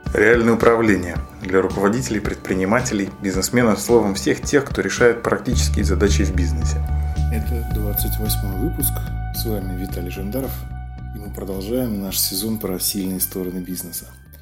Реальное управление для руководителей, предпринимателей, бизнесменов, словом, всех тех, кто решает практические задачи в бизнесе. Это 28-й выпуск. С вами Виталий Жандаров. И мы продолжаем наш сезон про сильные стороны бизнеса.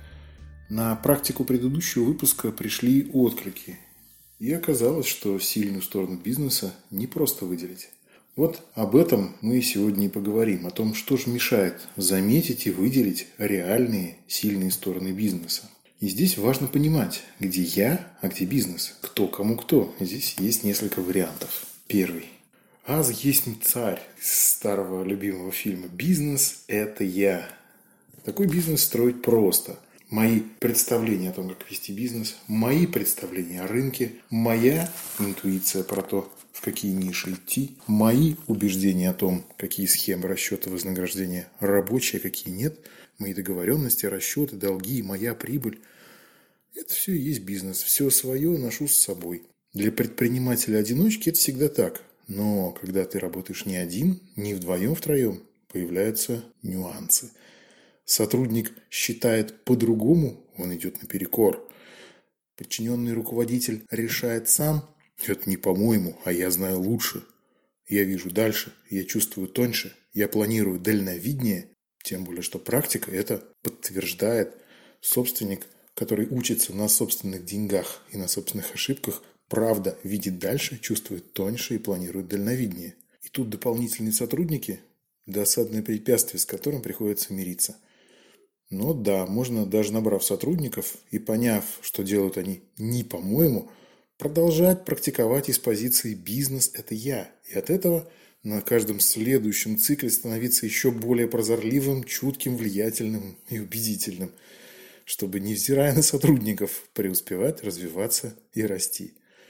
На практику предыдущего выпуска пришли отклики. И оказалось, что сильную сторону бизнеса не просто выделить. Вот об этом мы сегодня и поговорим. О том, что же мешает заметить и выделить реальные сильные стороны бизнеса. И здесь важно понимать, где я, а где бизнес. Кто кому кто. Здесь есть несколько вариантов. Первый. Аз есть царь из старого любимого фильма. Бизнес – это я. Такой бизнес строить просто. Мои представления о том, как вести бизнес, мои представления о рынке, моя интуиция про то, в какие ниши идти, мои убеждения о том, какие схемы расчета вознаграждения рабочие, какие нет, мои договоренности, расчеты, долги, моя прибыль. Это все и есть бизнес. Все свое ношу с собой. Для предпринимателя-одиночки это всегда так. Но когда ты работаешь не один, не вдвоем-втроем, появляются нюансы. Сотрудник считает по-другому, он идет наперекор. Подчиненный руководитель решает сам, это не по-моему, а я знаю лучше. Я вижу дальше, я чувствую тоньше, я планирую дальновиднее. Тем более, что практика это подтверждает. Собственник, который учится на собственных деньгах и на собственных ошибках, правда видит дальше, чувствует тоньше и планирует дальновиднее. И тут дополнительные сотрудники – досадное препятствие, с которым приходится мириться. Но да, можно, даже набрав сотрудников и поняв, что делают они не по-моему, продолжать практиковать из позиции «бизнес – это я». И от этого на каждом следующем цикле становиться еще более прозорливым, чутким, влиятельным и убедительным, чтобы, невзирая на сотрудников, преуспевать, развиваться и расти.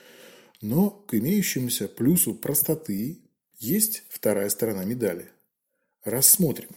Но к имеющемуся плюсу простоты есть вторая сторона медали. Рассмотрим.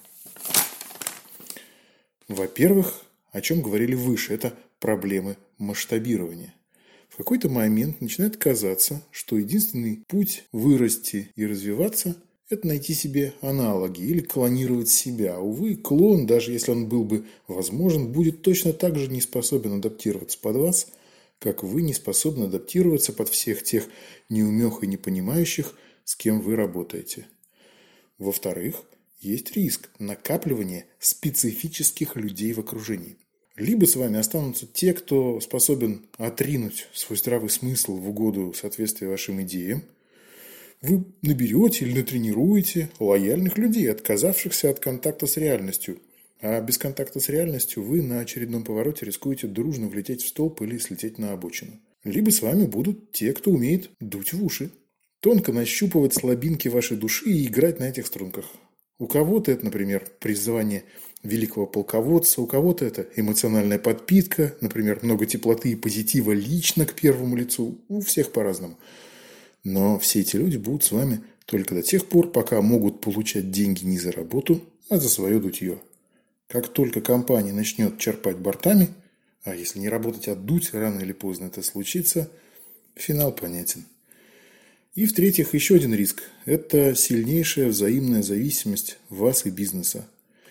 Во-первых, о чем говорили выше, это проблемы масштабирования. В какой-то момент начинает казаться, что единственный путь вырасти и развиваться – это найти себе аналоги или клонировать себя. Увы, клон, даже если он был бы возможен, будет точно так же не способен адаптироваться под вас, как вы не способны адаптироваться под всех тех неумех и непонимающих, с кем вы работаете. Во-вторых, есть риск накапливания специфических людей в окружении. Либо с вами останутся те, кто способен отринуть свой здравый смысл в угоду соответствия вашим идеям. Вы наберете или натренируете лояльных людей, отказавшихся от контакта с реальностью. А без контакта с реальностью вы на очередном повороте рискуете дружно влететь в столб или слететь на обочину. Либо с вами будут те, кто умеет дуть в уши, тонко нащупывать слабинки вашей души и играть на этих струнках. У кого-то это, например, призвание великого полководца, у кого-то это эмоциональная подпитка, например, много теплоты и позитива лично к первому лицу, у всех по-разному. Но все эти люди будут с вами только до тех пор, пока могут получать деньги не за работу, а за свое дутье. Как только компания начнет черпать бортами, а если не работать, а дуть, рано или поздно это случится, финал понятен. И в-третьих, еще один риск – это сильнейшая взаимная зависимость вас и бизнеса.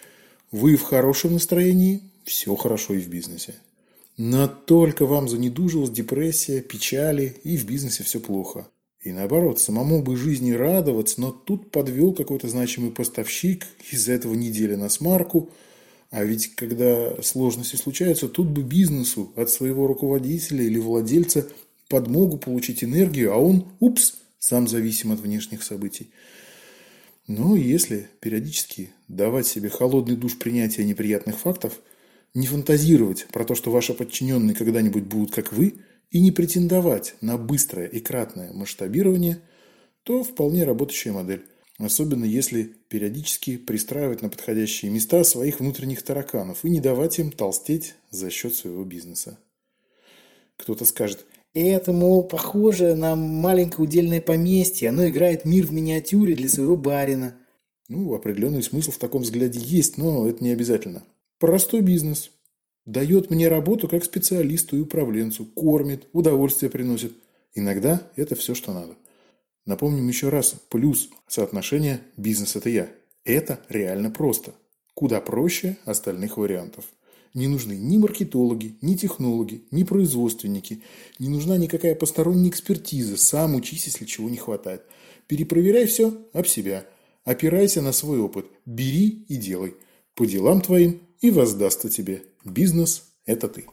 Вы в хорошем настроении – все хорошо и в бизнесе. Но только вам занедужилась депрессия, печали, и в бизнесе все плохо. И наоборот, самому бы жизни радоваться, но тут подвел какой-то значимый поставщик, из-за этого неделя на смарку. А ведь когда сложности случаются, тут бы бизнесу от своего руководителя или владельца подмогу получить энергию, а он, сам зависим от внешних событий. Но если периодически давать себе холодный душ принятия неприятных фактов, не фантазировать про то, что ваши подчиненные когда-нибудь будут как вы, и не претендовать на быстрое и кратное масштабирование, то вполне работающая модель. Особенно если периодически пристраивать на подходящие места своих внутренних тараканов и не давать им толстеть за счет своего бизнеса. Кто-то скажет: это, мол, похоже на маленькое удельное поместье, оно играет мир в миниатюре для своего барина. Определенный смысл в таком взгляде есть, но это не обязательно. Простой бизнес. Дает мне работу как специалисту и управленцу, кормит, удовольствие приносит. Иногда это все, что надо. Напомним еще раз, плюс соотношение «бизнес – это я». Это реально просто. Куда проще остальных вариантов. Не нужны ни маркетологи, ни технологи, ни производственники. Не нужна никакая посторонняя экспертиза. Сам учись, если чего не хватает. Перепроверяй все об себя. Опирайся на свой опыт. Бери и делай. По делам твоим и воздастся тебе. Бизнес – это ты.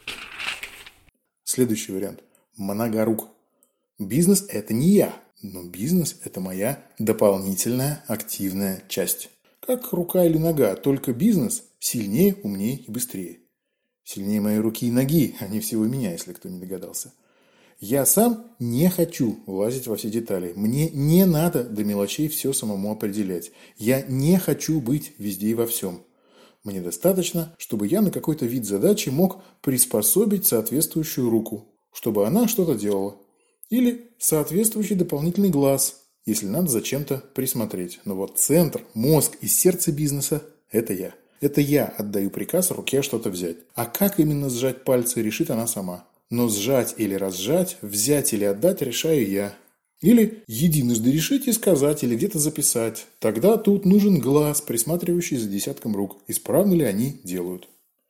Следующий вариант. Многорук. Бизнес – это не я, но бизнес – это моя дополнительная активная часть. Как рука или нога, только бизнес сильнее, умнее и быстрее. Сильнее моей руки и ноги, а не всего меня, если кто не догадался. Я сам не хочу лазить во все детали. Мне не надо до мелочей все самому определять. Я не хочу быть везде и во всем. Мне достаточно, чтобы я на какой-то вид задачи мог приспособить соответствующую руку, чтобы она что-то делала. Или соответствующий дополнительный глаз, если надо зачем-то присмотреть. Но вот центр, мозг и сердце бизнеса – это я. Это я отдаю приказ руке что-то взять. А как именно сжать пальцы, решит она сама. Но сжать или разжать, взять или отдать решаю я. Или единожды решить и сказать, или где-то записать. Тогда тут нужен глаз, присматривающий за десятком рук. Исправно ли они делают.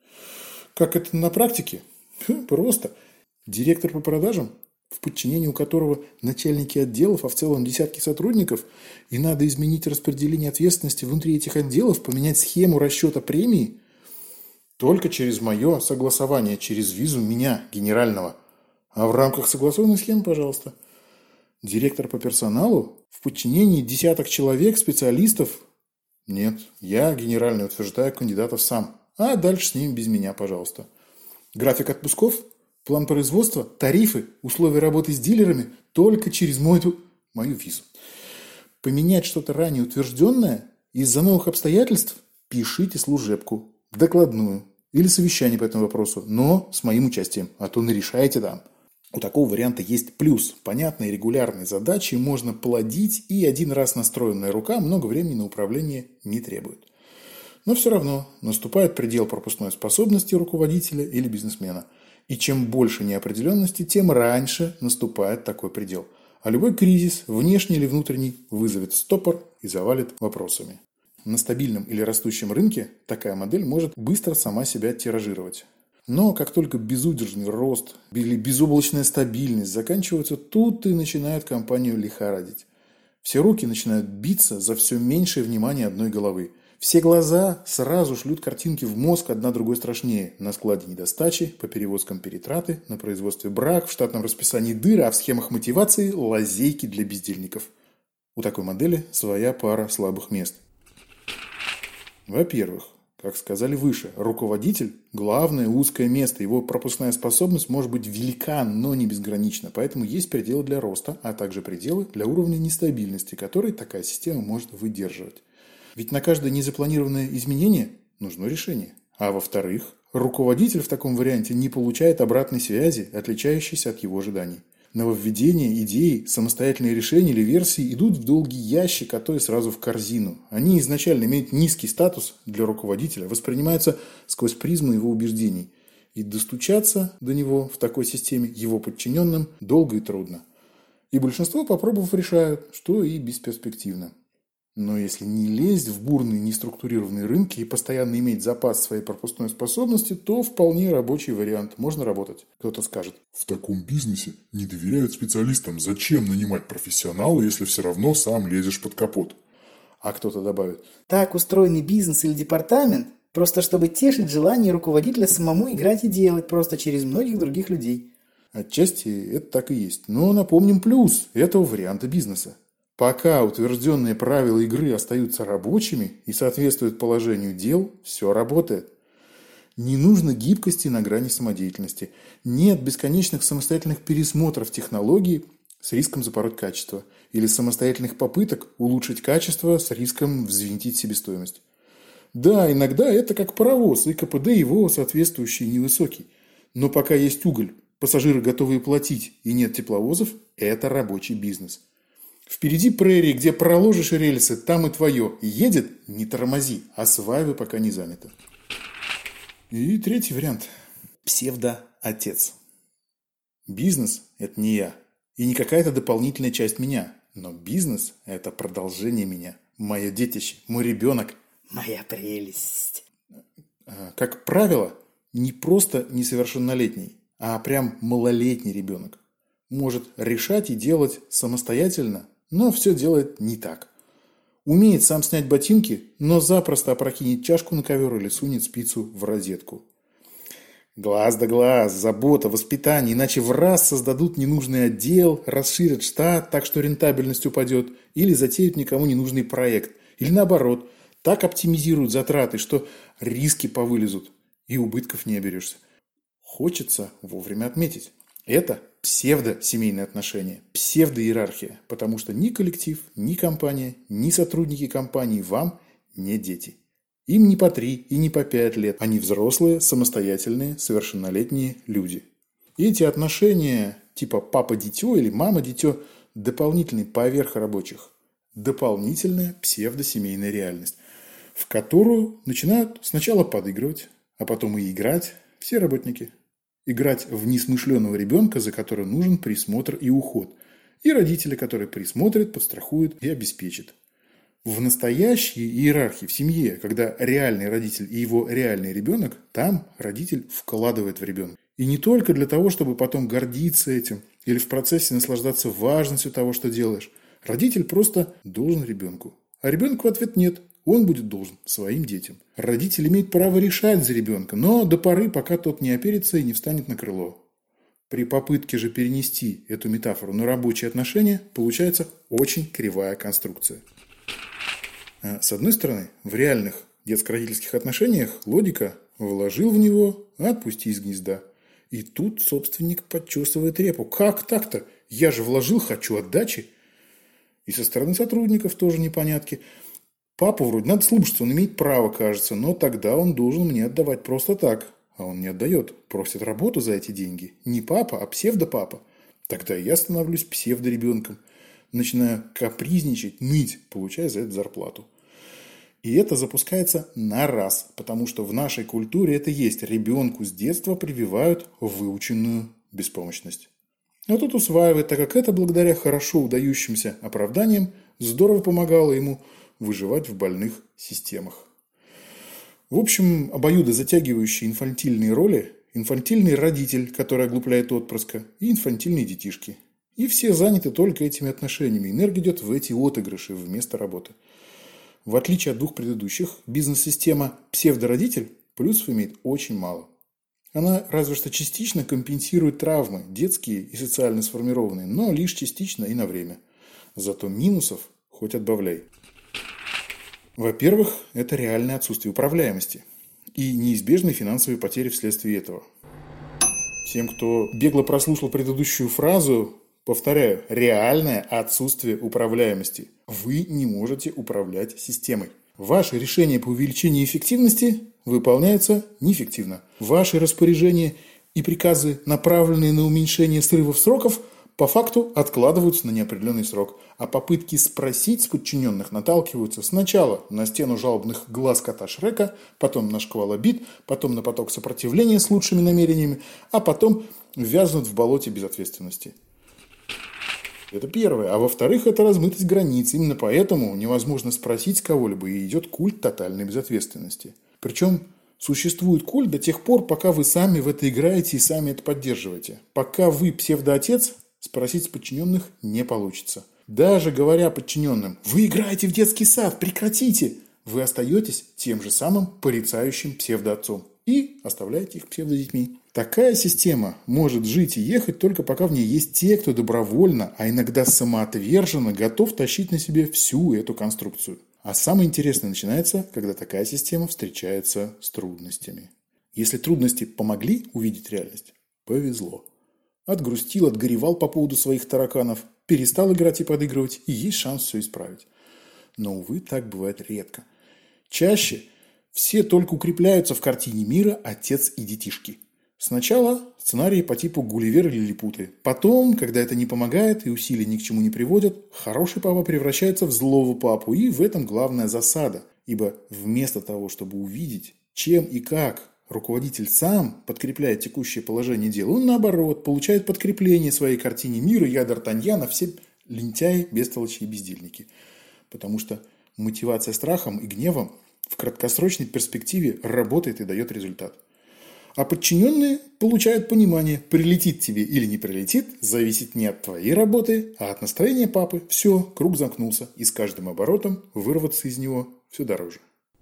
Как это на практике? Просто. Директор по продажам, в подчинении у которого начальники отделов, а в целом десятки сотрудников, и надо изменить распределение ответственности внутри этих отделов, поменять схему расчета премии, только через мое согласование, через визу меня, генерального. А в рамках согласованной схемы, пожалуйста. Директор по персоналу, в подчинении десяток человек, специалистов. Нет, я генеральный утверждаю кандидатов сам, а дальше с ними без меня, пожалуйста. График отпусков, план производства, тарифы, условия работы с дилерами только через мою визу. Поменять что-то ранее утвержденное из-за новых обстоятельств пишите служебку, докладную или совещание по этому вопросу, но с моим участием, а то нарешаете там. У такого варианта есть плюс. Понятные регулярные задачи можно плодить, и один раз настроенная рука много времени на управление не требует. Но все равно наступает предел пропускной способности руководителя или бизнесмена. И чем больше неопределенности, тем раньше наступает такой предел. А любой кризис, внешний или внутренний, вызовет стопор и завалит вопросами. На стабильном или растущем рынке такая модель может быстро сама себя тиражировать. Но как только безудержный рост или безоблачная стабильность заканчиваются, тут и начинают компанию лихорадить. Все руки начинают биться за все меньшее внимание одной головы. Все глаза сразу шлют картинки в мозг, одна другой страшнее. На складе недостачи, по перевозкам перетраты, на производстве брак, в штатном расписании дыры, а в схемах мотивации лазейки для бездельников. У такой модели своя пара слабых мест. Во-первых, как сказали выше, руководитель – главное узкое место. Его пропускная способность может быть велика, но не безгранична. Поэтому есть пределы для роста, а также пределы для уровня нестабильности, который такая система может выдерживать. Ведь на каждое незапланированное изменение нужно решение. А во-вторых, руководитель в таком варианте не получает обратной связи, отличающейся от его ожиданий. Нововведения, идеи, самостоятельные решения или версии идут в долгий ящик, а то и сразу в корзину. Они изначально имеют низкий статус для руководителя, воспринимаются сквозь призму его убеждений. И достучаться до него в такой системе его подчиненным долго и трудно. И большинство, попробовав, решают, что и бесперспективно. Но если не лезть в бурные неструктурированные рынки и постоянно иметь запас своей пропускной способности, то вполне рабочий вариант. Можно работать. Кто-то скажет: в таком бизнесе не доверяют специалистам. Зачем нанимать профессионала, если все равно сам лезешь под капот? А кто-то добавит: так устроенный бизнес или департамент, просто чтобы тешить желание руководителя самому играть и делать, просто через многих других людей. Отчасти это так и есть. Но напомним плюс этого варианта бизнеса. Пока утвержденные правила игры остаются рабочими и соответствуют положению дел, все работает. Не нужно гибкости на грани самодеятельности. Нет бесконечных самостоятельных пересмотров технологий с риском запороть качество. Или самостоятельных попыток улучшить качество с риском взвинтить себестоимость. Да, иногда это как паровоз, и КПД его соответствующий невысокий. Но пока есть уголь, пассажиры готовы платить, и нет тепловозов, это рабочий бизнес. Впереди прерии, где проложишь рельсы, там и твое. Едет – не тормози, осваивай, пока не занято. И третий вариант. Псевдоотец. Бизнес – это не я. И не какая-то дополнительная часть меня. Но бизнес – это продолжение меня. Мое детище, мой ребенок. Моя прелесть. Как правило, не просто несовершеннолетний, а прям малолетний ребенок может решать и делать самостоятельно, но все делает не так. Умеет сам снять ботинки, но запросто опрокинет чашку на ковер или сунет спицу в розетку. Глаз да глаз, забота, воспитание, иначе в раз создадут ненужный отдел, расширят штат так, что рентабельность упадет, или затеют никому ненужный проект, или наоборот, так оптимизируют затраты, что риски повылезут и убытков не оберешься. Хочется вовремя отметить. Это псевдосемейные отношения, псевдоиерархия, потому что ни коллектив, ни компания, ни сотрудники компании вам не дети. Им не по 3 и не по 5 лет. Они взрослые, самостоятельные, совершеннолетние люди. И эти отношения типа папа-дитё или мама-дитё дополнительный поверх рабочих. Дополнительная псевдосемейная реальность, в которую начинают сначала подыгрывать, а потом и играть все работники. Играть в несмышленого ребенка, за которым нужен присмотр и уход. И родители, которые присмотрят, подстрахуют и обеспечат. В настоящей иерархии в семье, когда реальный родитель и его реальный ребенок, там родитель вкладывает в ребенка. И не только для того, чтобы потом гордиться этим или в процессе наслаждаться важностью того, что делаешь. Родитель просто должен ребенку. А ребенку в ответ нет. Он будет должен своим детям. Родитель имеет право решать за ребенка, но до поры, пока тот не оперится и не встанет на крыло. При попытке же перенести эту метафору на рабочие отношения, получается очень кривая конструкция. С одной стороны, в реальных детско-родительских отношениях логика «вложил в него, отпусти из гнезда». И тут собственник подчесывает репу. Как так-то? Я же вложил, хочу отдачи. И со стороны сотрудников тоже непонятки. Папу вроде надо слушаться, он имеет право, кажется, но тогда он должен мне отдавать просто так. А он не отдает, просит работу за эти деньги. Не папа, а псевдопапа. Тогда я становлюсь псевдоребенком. Начинаю капризничать, ныть, получая за это зарплату. И это запускается на раз, потому что в нашей культуре это есть. Ребенку с детства прививают выученную беспомощность. А тут усваивает, так как это благодаря хорошо удающимся оправданиям здорово помогало ему выживать в больных системах. В общем, обоюдо затягивающие инфантильные роли, инфантильный родитель, который оглупляет отпрыска, и инфантильные детишки. И все заняты только этими отношениями. Энергия идет в эти отыгрыши вместо работы. В отличие от двух предыдущих, бизнес-система псевдородитель плюсов имеет очень мало. Она разве что частично компенсирует травмы, детские и социально сформированные, но лишь частично и на время. Зато минусов хоть отбавляй. Во-первых, это реальное отсутствие управляемости и неизбежные финансовые потери вследствие этого. Всем, кто бегло прослушал предыдущую фразу, повторяю, реальное отсутствие управляемости. Вы не можете управлять системой. Ваши решения по увеличению эффективности выполняются неэффективно. Ваши распоряжения и приказы, направленные на уменьшение срывов сроков, по факту откладываются на неопределенный срок. А попытки спросить с подчиненных наталкиваются сначала на стену жалобных глаз кота Шрека, потом на шквал обид, потом на поток сопротивления с лучшими намерениями, а потом ввязнут в болоте безответственности. Это первое. А во-вторых, это размытость границ. Именно поэтому невозможно спросить кого-либо, и идет культ тотальной безответственности. Причем существует культ до тех пор, пока вы сами в это играете и сами это поддерживаете. Пока вы псевдоотец, спросить с подчиненных не получится. Даже говоря подчиненным: «Вы играете в детский сад, прекратите!», вы остаетесь тем же самым порицающим псевдоотцом и оставляете их псевдодетьми. Такая система может жить и ехать только пока в ней есть те, кто добровольно, а иногда самоотверженно готов тащить на себе всю эту конструкцию. А самое интересное начинается, когда такая система встречается с трудностями. Если трудности помогли увидеть реальность, повезло. Отгрустил, отгоревал по поводу своих тараканов, перестал играть и подыгрывать, и есть шанс все исправить. Но, увы, так бывает редко. Чаще все только укрепляются в картине мира отец и детишки. Сначала сценарии по типу «Гулливер» или «Лилипуты». Потом, когда это не помогает и усилия ни к чему не приводят, хороший папа превращается в злого папу. И в этом главная засада. Ибо вместо того, чтобы увидеть, чем и как руководитель сам подкрепляет текущее положение дел, он, наоборот, получает подкрепление своей картине мира. Я Д'Артаньян, а все лентяи, бестолочи и бездельники. Потому что мотивация страхом и гневом в краткосрочной перспективе работает и дает результат. А подчиненные получают понимание, прилетит тебе или не прилетит, зависит не от твоей работы, а от настроения папы. Все, круг замкнулся, и с каждым оборотом вырваться из него все дороже.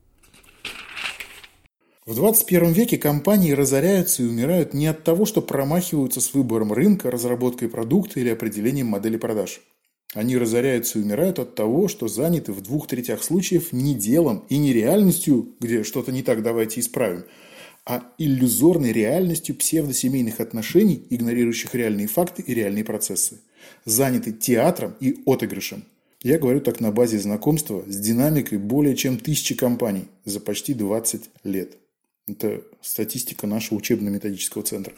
В 21 веке компании разоряются и умирают не от того, что промахиваются с выбором рынка, разработкой продукта или определением модели продаж. Они разоряются и умирают от того, что заняты в 2/3 случаев не делом и не реальностью, где что-то не так, давайте исправим, а иллюзорной реальностью псевдосемейных отношений, игнорирующих реальные факты и реальные процессы. Заняты театром и отыгрышем. Я говорю так на базе знакомства с динамикой более чем 1000 компаний за почти 20 лет. Это статистика нашего учебно-методического центра.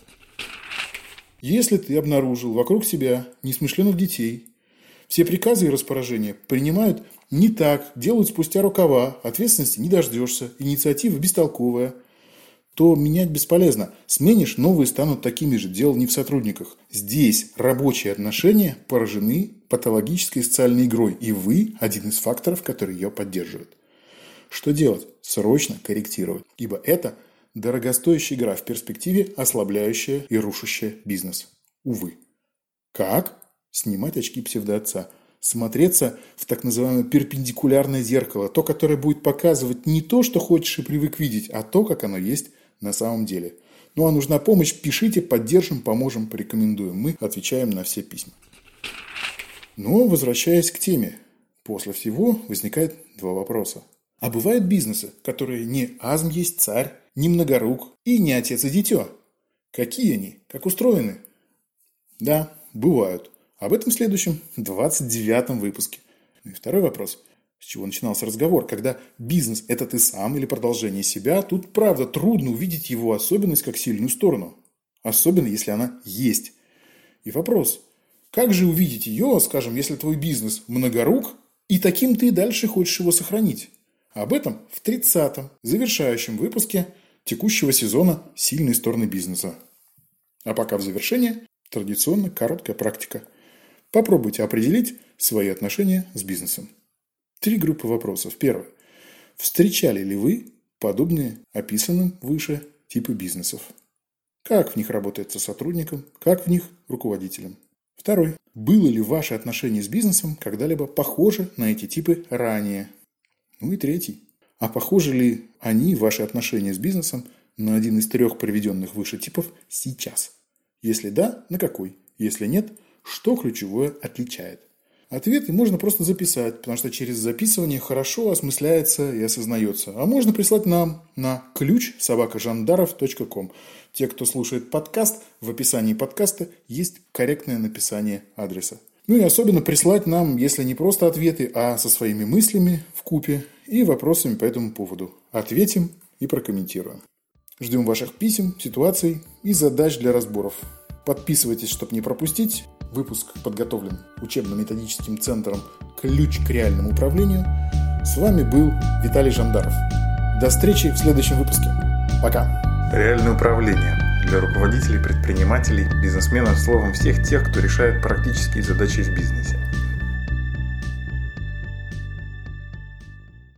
Если ты обнаружил вокруг себя несмышленых детей, все приказы и распоряжения принимают не так, делают спустя рукава, ответственности не дождешься, инициатива бестолковая, то менять бесполезно. Сменишь, новые станут такими же. Дело не в сотрудниках. Здесь рабочие отношения поражены патологической социальной игрой, и вы один из факторов, который ее поддерживает. Что делать? Срочно корректировать, ибо это дорогостоящая игра в перспективе, ослабляющая и рушащая бизнес. Увы. Как? Снимать очки псевдоотца. Смотреться в так называемое перпендикулярное зеркало. То, которое будет показывать не то, что хочешь и привык видеть, а то, как оно есть на самом деле. Ну а нужна помощь? Пишите, поддержим, поможем, порекомендуем. Мы отвечаем на все письма. Но возвращаясь к теме. После всего возникает два вопроса. А бывают бизнесы, которые не азм есть царь, не многорук и не отец и дитё. Какие они? Как устроены? Да, бывают. Об этом в следующем, 29-м выпуске. И второй вопрос. С чего начинался разговор? Когда бизнес – это ты сам или продолжение себя, тут, правда, трудно увидеть его особенность как сильную сторону. Особенно, если она есть. И вопрос. Как же увидеть ее, скажем, если твой бизнес многорук, и таким ты и дальше хочешь его сохранить? Об этом в 30-м, завершающем выпуске текущего сезона «Сильные стороны бизнеса». А пока в завершение традиционно короткая практика. Попробуйте определить свои отношения с бизнесом. 3 группы вопросов. Первое. Встречали ли вы подобные описанным выше типы бизнесов? Как в них работает со сотрудником? Как в них руководителем? Второй. Было ли ваше отношение с бизнесом когда-либо похоже на эти типы ранее? Ну и третий. А похожи ли они, ваши отношения с бизнесом, на один из 3 приведенных выше типов сейчас? Если да, на какой? Если нет, что ключевое отличает? Ответы можно просто записать, потому что через записывание хорошо осмысляется и осознается. А можно прислать нам на ключ@жандаров.ком. Те, кто слушает подкаст, в описании подкаста есть корректное написание адреса. Ну и особенно прислать нам, если не просто ответы, а со своими мыслями вкупе и вопросами по этому поводу. Ответим и прокомментируем. Ждем ваших писем, ситуаций и задач для разборов. Подписывайтесь, чтобы не пропустить. Выпуск подготовлен учебно-методическим центром «Ключ к реальному управлению». С вами был Виталий Жандаров. До встречи в следующем выпуске. Пока. Реальное управление для руководителей, предпринимателей, бизнесменов, словом, всех тех, кто решает практические задачи в бизнесе.